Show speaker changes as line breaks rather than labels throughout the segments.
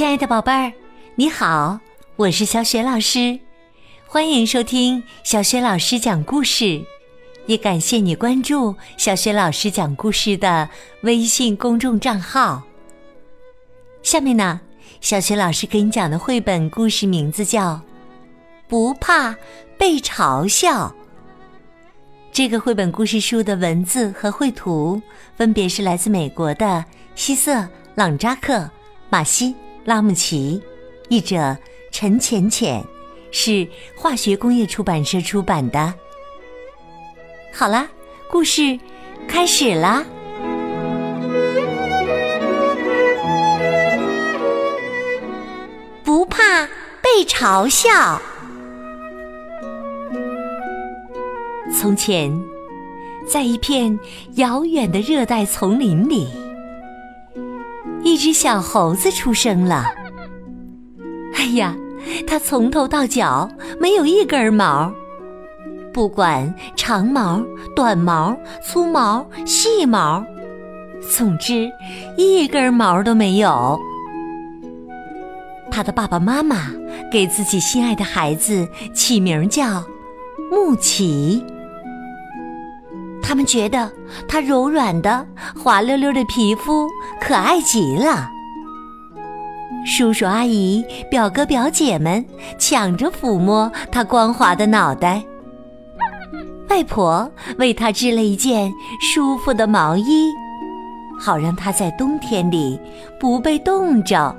亲爱的宝贝儿，你好，我是小雪老师，欢迎收听小雪老师讲故事，也感谢你关注小雪老师讲故事的微信公众账号。下面呢，小雪老师给你讲的绘本故事名字叫《不怕被嘲笑》。这个绘本故事书的文字和绘图分别是来自美国的希瑟·朗扎克、马西·拉姆齐，译者陈浅浅，是化学工业出版社出版的。好啦，故事开始啦！不怕被嘲笑。从前，在一片遥远的热带丛林里，一只小猴子出生了。哎呀，它从头到脚没有一根毛，不管长毛、短毛、粗毛、细毛，总之一根毛都没有。他的爸爸妈妈给自己心爱的孩子起名叫木奇。他们觉得它柔软的滑溜溜的皮肤可爱极了。叔叔阿姨、表哥表姐们抢着抚摸它光滑的脑袋。外婆为它织了一件舒服的毛衣，好让它在冬天里不被冻着。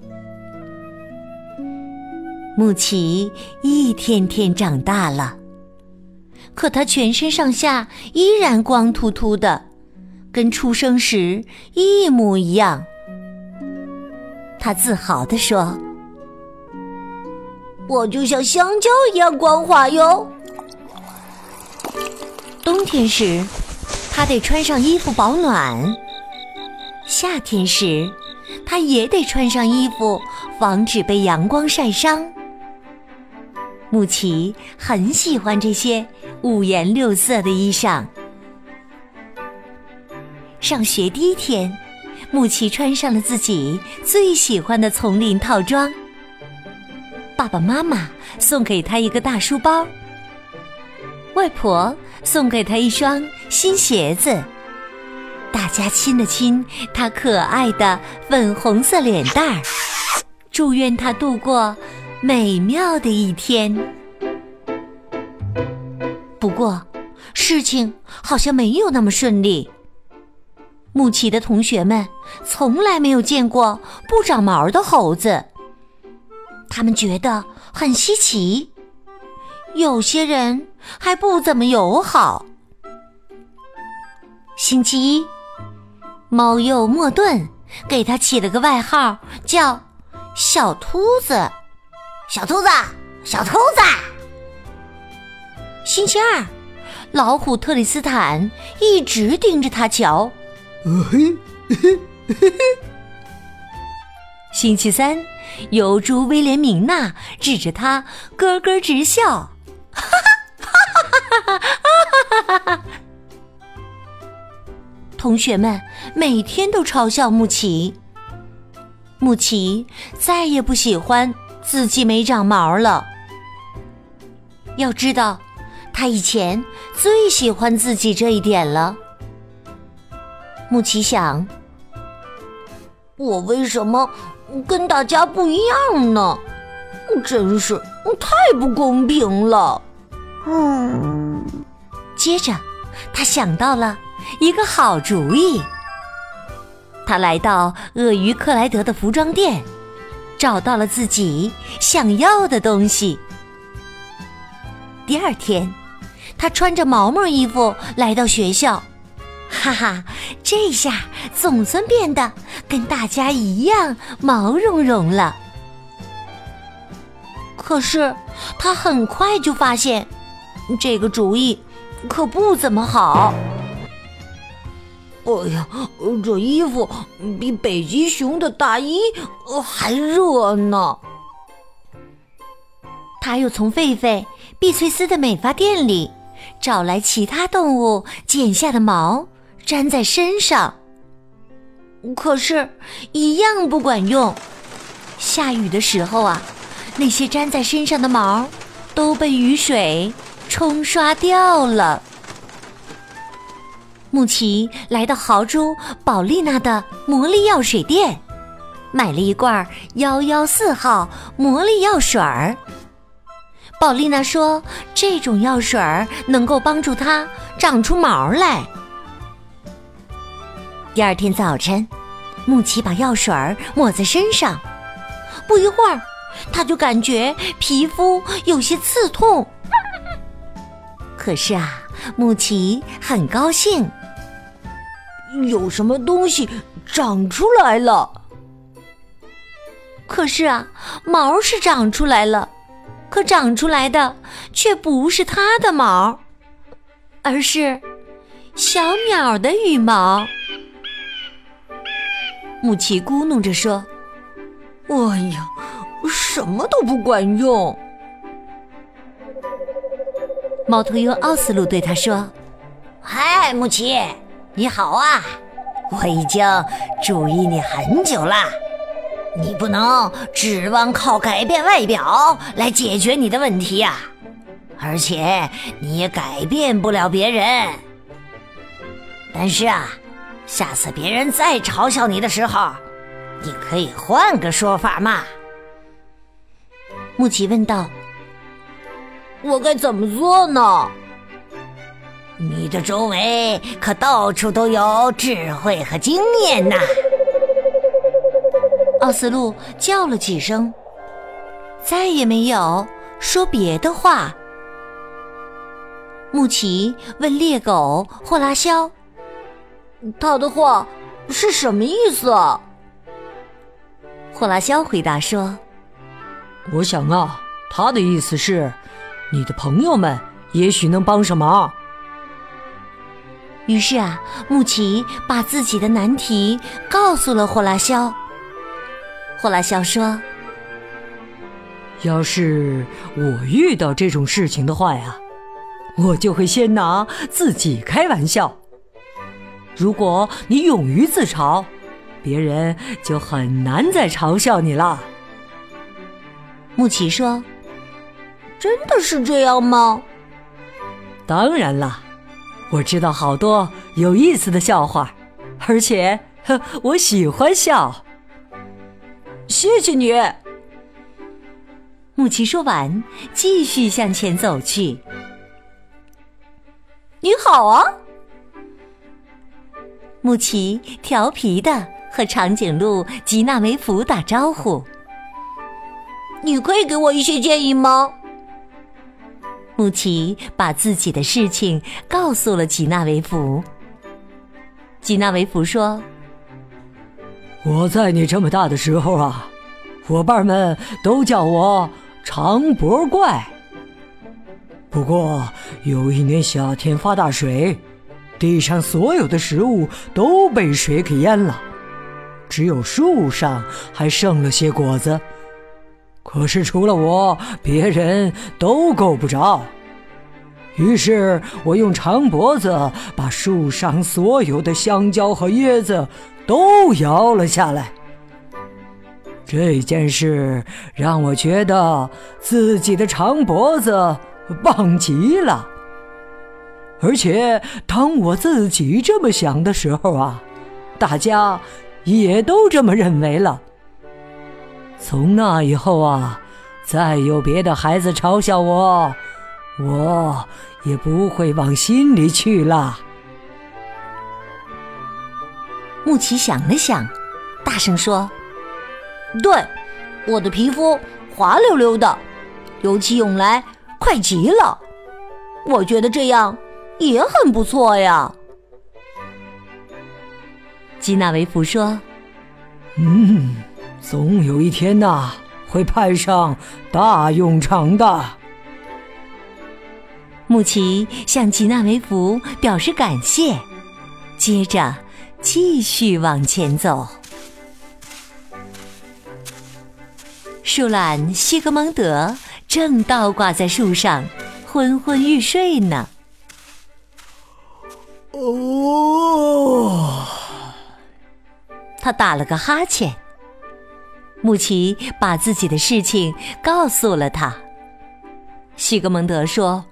木奇一天天长大了，可他全身上下依然光秃秃的，跟出生时一模一样。他自豪地说：“我就像香蕉一样光滑哟。”冬天时，他得穿上衣服保暖；夏天时，他也得穿上衣服，防止被阳光晒伤。木奇很喜欢这些五颜六色的衣裳。上学第一天，木奇穿上了自己最喜欢的丛林套装。爸爸妈妈送给他一个大书包，外婆送给他一双新鞋子，大家亲了亲他可爱的粉红色脸蛋儿，祝愿他度过美妙的一天。不过，事情好像没有那么顺利。木奇的同学们从来没有见过不长毛的猴子，他们觉得很稀奇，有些人还不怎么友好。星期一，猫鼬莫顿给他起了个外号，叫小秃子。小秃子，小秃子。星期二，老虎特里斯坦一直盯着他瞧。星期三，疣猪威廉明娜指着他咯咯直笑。同学们每天都嘲笑木奇。木奇再也不喜欢自己没长毛了。要知道，他以前最喜欢自己这一点了。木奇想，我为什么跟大家不一样呢？真是太不公平了。接着，他想到了一个好主意。他来到鳄鱼克莱德的服装店，找到了自己想要的东西。第二天，他穿着毛毛衣服来到学校，哈哈，这下总算变得跟大家一样毛茸茸了。可是他很快就发现，这个主意可不怎么好。哎呀，这衣服比北极熊的大衣还热呢。他又从狒狒碧翠丝的美发店里找来其他动物剪下的毛，粘在身上。可是一样不管用， 下雨的时候啊，那些粘在身上的毛都被雨水冲刷掉了。穆奇来到豪猪宝丽娜的魔力药水店，买了一罐114号魔力药水儿。宝丽娜说，这种药水儿能够帮助它长出毛来。第二天早晨，穆奇把药水儿抹在身上，不一会儿，他就感觉皮肤有些刺痛。可是啊，穆奇很高兴，
有什么东西长出来了。
可是啊，毛是长出来了，可长出来的却不是它的毛，而是小鸟的羽毛。穆奇咕哝着说：“
哎呀，什么都不管用。”
猫头鹰奥斯陆对他说：“
嗨，穆奇，你好啊！我已经注意你很久了。你不能指望靠改变外表来解决你的问题呀，而且你也改变不了别人。但是啊，下次别人再嘲笑你的时候，你可以换个说法嘛。”
穆奇问道：“
我该怎么做呢？”
你的周围可到处都有智慧和经验呐。
奥斯陆叫了几声，再也没有说别的话。穆奇问猎狗霍拉肖：“
他的话是什么意思啊？”
霍拉肖回答说：“
我想啊，他的意思是，你的朋友们也许能帮上忙。”
于是啊，穆奇把自己的难题告诉了霍拉肖。霍拉肖说：“
要是我遇到这种事情的话呀，我就会先拿自己开玩笑。如果你勇于自嘲，别人就很难再嘲笑你了。”
穆奇说：“
真的是这样吗？”
当然了，我知道好多有意思的笑话，而且我喜欢笑。
谢谢你。
穆奇说完，继续向前走去。
你好啊！
穆奇调皮地和长颈鹿吉纳维弗打招呼。
你可以给我一些建议吗？
穆奇把自己的事情告诉了吉纳维弗。吉纳维弗说：“
我在你这么大的时候啊，伙伴们都叫我长脖怪。不过有一年夏天发大水，地上所有的食物都被水给淹了，只有树上还剩了些果子。可是除了我，别人都够不着。于是我用长脖子把树上所有的香蕉和椰子都摇了下来。这件事让我觉得自己的长脖子棒极了。而且当我自己这么想的时候啊，大家也都这么认为了。从那以后啊，再有别的孩子嘲笑我，我也不会往心里去了。
穆奇想了想，大声说：“
对，我的皮肤滑溜溜的，游起泳来快极了。我觉得这样也很不错呀。”
吉纳维弗说：“
总有一天呐，会派上大用场的。”
穆奇向吉纳维弗表示感谢，接着继续往前走。树懒西格蒙德正倒挂在树上，昏昏欲睡呢。
哦，
他打了个哈欠。 穆奇把自己的事情告诉了他。西格蒙德说：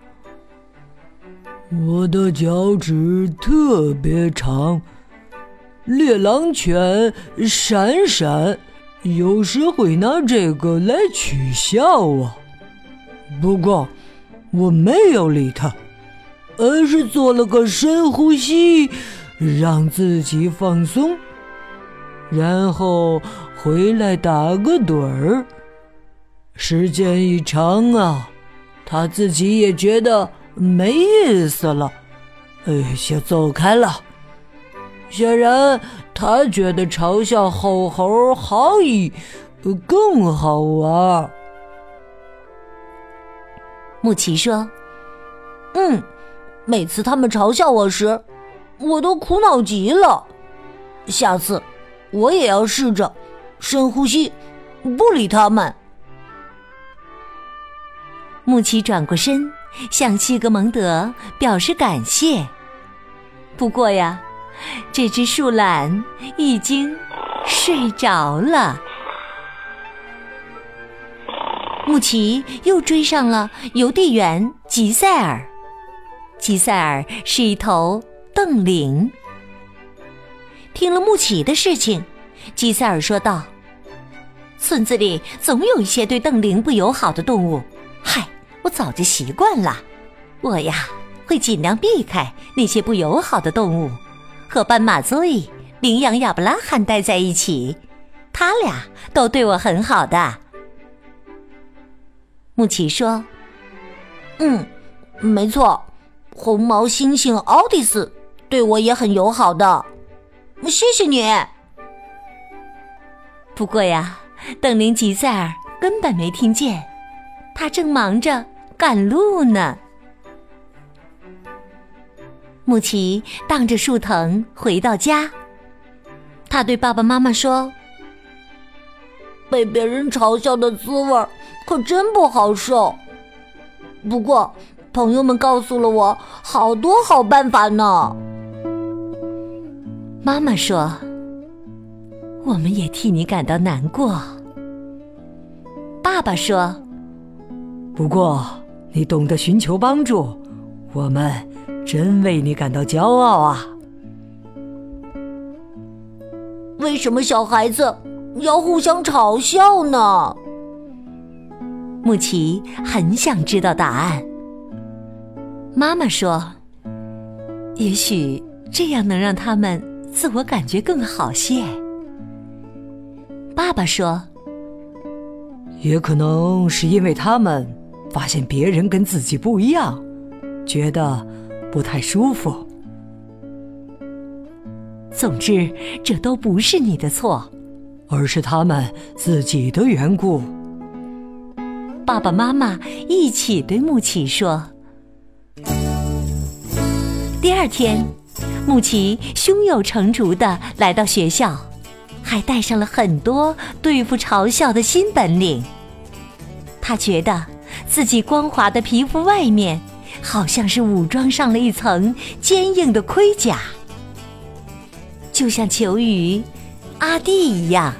我的脚趾特别长，猎狼犬闪闪有时会拿这个来取笑我，不过我没有理他，而是做了个深呼吸，让自己放松，然后回来打个盹儿。时间一长啊，他自己也觉得没意思了，就走开了。显然他觉得嘲笑吼猴好意更好玩。
穆奇说：每次他们嘲笑我时，我都苦恼极了。下次我也要试着深呼吸，不理他们。
穆奇转过身，向西格蒙德表示感谢。不过呀，这只树懒已经睡着了。穆奇又追上了邮递员吉赛尔。吉赛尔是一头瞪羚。听了穆奇的事情，吉赛尔说道：村子里总有一些对瞪羚不友好的动物，嗨，我早就习惯了。我呀，会尽量避开那些不友好的动物，和斑马ゾ伊、羚羊亚伯拉罕待在一起，他俩都对我很好的。穆奇说：
没错，红毛猩猩奥蒂斯对我也很友好的，谢谢你。
不过呀，瞪羚吉赛尔根本没听见，他正忙着赶路呢。穆奇荡着树藤回到家，他对爸爸妈妈说：
被别人嘲笑的滋味可真不好受。不过朋友们告诉了我好多好办法呢。
妈妈说：我们也替你感到难过。爸爸说：
不过你懂得寻求帮助，我们真为你感到骄傲啊。
为什么小孩子要互相嘲笑呢？
穆奇很想知道答案。妈妈说：也许这样能让他们自我感觉更好些。爸爸说：
也可能是因为他们发现别人跟自己不一样，觉得不太舒服。
总之，这都不是你的错，
而是他们自己的缘故。
爸爸妈妈一起对穆奇说。第二天，穆奇胸有成竹地来到学校，还带上了很多对付嘲笑的新本领。他觉得自己光滑的皮肤外面好像是武装上了一层坚硬的盔甲，就像球鱼阿弟一样。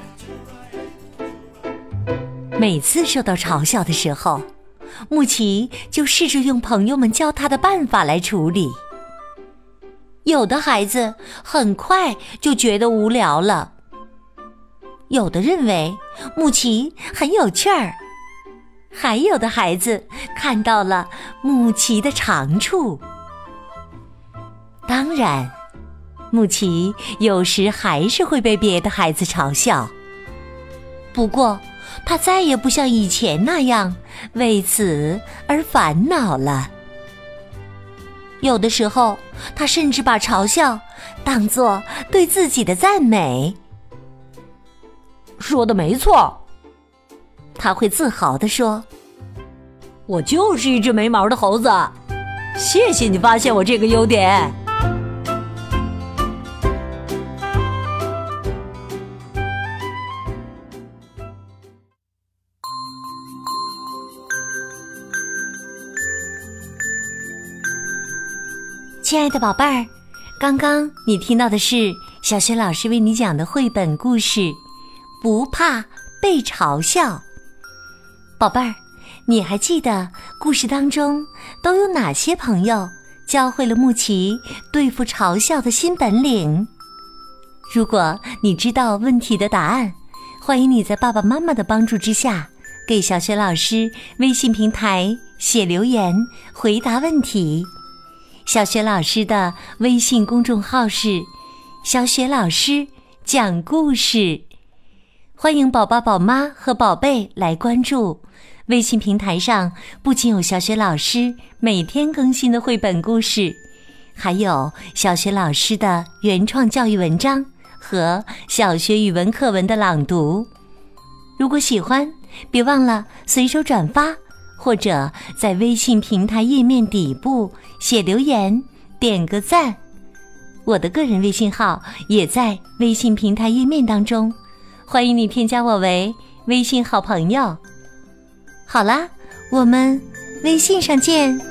每次受到嘲笑的时候，穆奇就试着用朋友们教他的办法来处理。有的孩子很快就觉得无聊了，有的认为穆奇很有趣儿，还有的孩子看到了穆奇的长处。当然，穆奇有时还是会被别的孩子嘲笑，不过他再也不像以前那样为此而烦恼了。有的时候，他甚至把嘲笑当作对自己的赞美。
说的没错，
他会自豪地说：
我就是一只没毛的猴子，谢谢你发现我这个优点。
亲爱的宝贝儿，刚刚你听到的是小雪老师为你讲的绘本故事《不怕被嘲笑。宝贝儿，你还记得故事当中都有哪些朋友教会了木奇对付嘲笑的新本领？如果你知道问题的答案，欢迎你在爸爸妈妈的帮助之下，给小雪老师微信平台写留言回答问题。小雪老师的微信公众号是小雪老师讲故事，欢迎宝宝、宝妈和宝贝来关注。微信平台上不仅有小雪老师每天更新的绘本故事，还有小雪老师的原创教育文章和小学语文课文的朗读。如果喜欢，别忘了随手转发，或者在微信平台页面底部写留言，点个赞。我的个人微信号也在微信平台页面当中，欢迎你添加我为微信好朋友。好啦，我们微信上见。